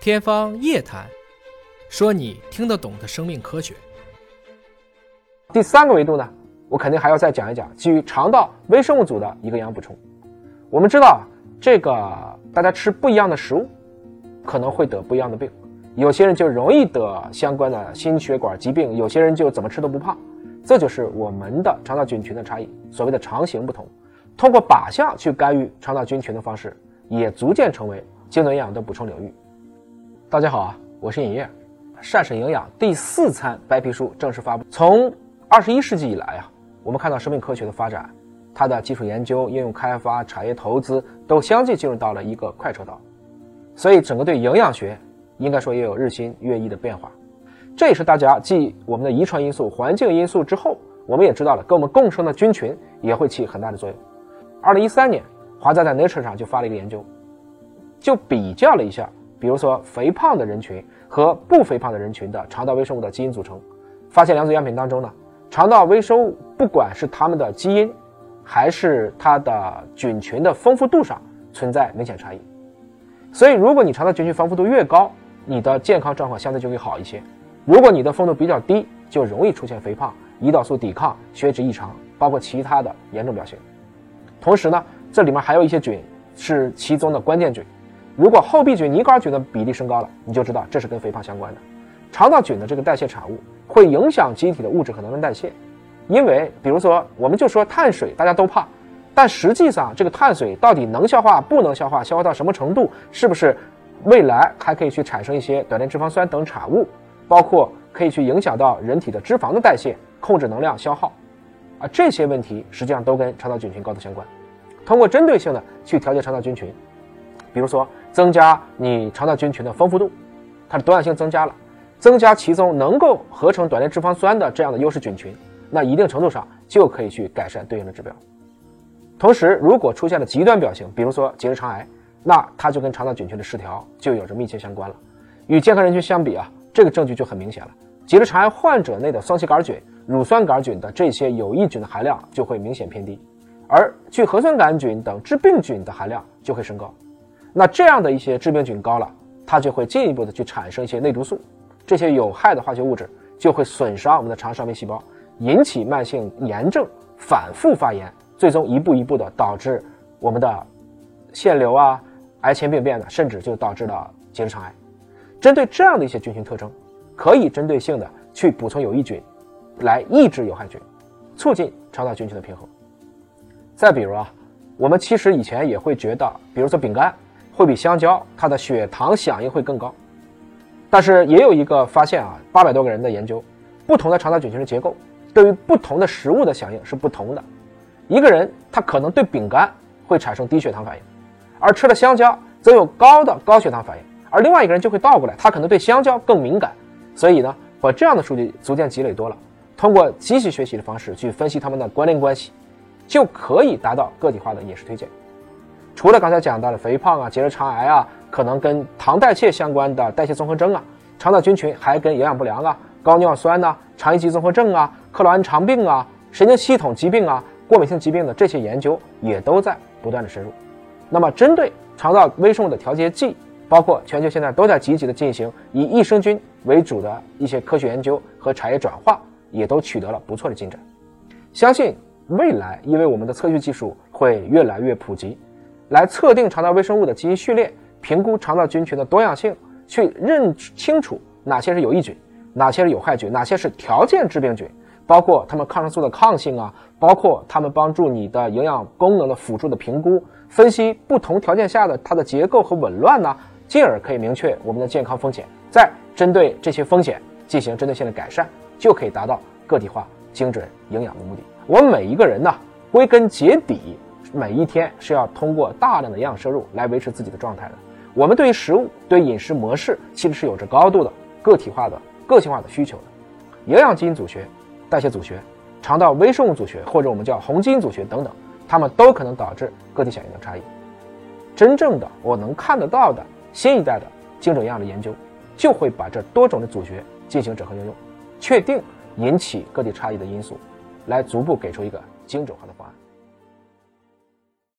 天方夜谭，说你听得懂的生命科学。 第三个维度呢，我肯定还要再讲一讲基于肠道微生物组的一个营养补充。我们知道这个大家吃不一样的食物可能会得不一样的病，有些人就容易得相关的心血管疾病，有些人就怎么吃都不胖，这就是我们的肠道菌群的差异，所谓的肠型不同。通过靶向去干预肠道菌群的方式，也逐渐成为精准营养的补充领域。大家好啊，我是尹烨。膳食营养第4餐白皮书正式发布。从21世纪以来啊，我们看到生命科学的发展，它的基础研究、应用开发、产业投资都相继进入到了一个快车道，所以整个对营养学应该说也有日新月异的变化。这也是大家继我们的遗传因素、环境因素之后，我们也知道了跟我们共生的菌群也会起很大的作用。2013年华在 Nature 上就发了一个研究，就比较了一下比如说肥胖的人群和不肥胖的人群的肠道微生物的基因组成，发现2组样品当中呢，肠道微生物不管是它们的基因还是它的菌群的丰富度上存在明显差异。所以如果你肠道菌群丰富度越高，你的健康状况相对就会好一些，如果你的丰度比较低，就容易出现肥胖、胰岛素抵抗、血脂异常，包括其他的严重表现。同时呢，这里面还有一些菌是其中的关键菌，如果厚壁菌、拟杆菌的比例升高了，你就知道这是跟肥胖相关的。肠道菌的这个代谢产物会影响机体的物质和能量代谢，因为比如说我们就说碳水大家都怕，但实际上这个碳水到底能消化不能消化，消化到什么程度，是不是未来还可以去产生一些短链脂肪酸等产物，包括可以去影响到人体的脂肪的代谢，控制能量消耗啊，这些问题实际上都跟肠道菌群高度相关。通过针对性的去调节肠道菌群，比如说增加你肠道菌群的丰富度，它的多样性增加了，增加其中能够合成短链脂肪酸的这样的优势菌群，那一定程度上就可以去改善对应的指标。同时如果出现了极端表型，比如说结直肠癌，那它就跟肠道菌群的失调就有着密切相关了。与健康人群相比啊，这个证据就很明显了，结直肠癌患者内的双歧杆菌、乳酸杆菌的这些有益菌的含量就会明显偏低，而去核酸杆菌等致病菌的含量就会升高。那这样的一些致病菌高了，它就会进一步的去产生一些内毒素，这些有害的化学物质就会损伤我们的肠上皮细胞，引起慢性炎症，反复发炎，最终一步一步的导致我们的腺瘤啊、癌前病变的，甚至就导致了结直肠癌。针对这样的一些菌群特征，可以针对性的去补充有益菌，来抑制有害菌，促进肠道菌群的平衡。再比如啊，我们其实以前也会觉得，比如说饼干会比香蕉它的血糖响应会更高，但是也有一个发现啊，800多个人的研究，不同的肠道菌群的结构对于不同的食物的响应是不同的。一个人他可能对饼干会产生低血糖反应，而吃了香蕉则有高血糖反应，而另外一个人就会倒过来，他可能对香蕉更敏感。所以呢，把这样的数据逐渐积累多了，通过机器学习的方式去分析它们的关联关系，就可以达到个体化的饮食推荐。除了刚才讲到的肥胖啊、结直肠癌啊，可能跟糖代谢相关的代谢综合征啊，肠道菌群还跟营养不良啊、高尿酸啊、肠易激综合症啊、克罗恩肠病啊、神经系统疾病啊、过敏性疾病的这些研究也都在不断的深入。那么针对肠道微生物的调节剂，包括全球现在都在积极的进行以益生菌为主的一些科学研究和产业转化，也都取得了不错的进展。相信未来因为我们的测序技术会越来越普及，来测定肠道微生物的基因序列，评估肠道菌群的多样性，去认清楚哪些是有益菌，哪些是有害菌，哪些是条件致病菌，包括它们抗生素的抗性啊，包括它们帮助你的营养功能的辅助的评估，分析不同条件下的它的结构和紊乱呢，进而可以明确我们的健康风险，再针对这些风险进行针对性的改善，就可以达到个体化精准营养的目的。我们每一个人呢，归根结底每一天是要通过大量的营养摄入来维持自己的状态的。我们对于食物、对饮食模式其实是有着高度的个体化的个性化的需求的。营养基因组学、代谢组学、肠道微生物组学，或者我们叫红基因组学等等，它们都可能导致个体响应的差异。真正的我能看得到的新一代的精准营养的研究，就会把这多种的组学进行整合应用，确定引起个体差异的因素，来逐步给出一个精准化的方案。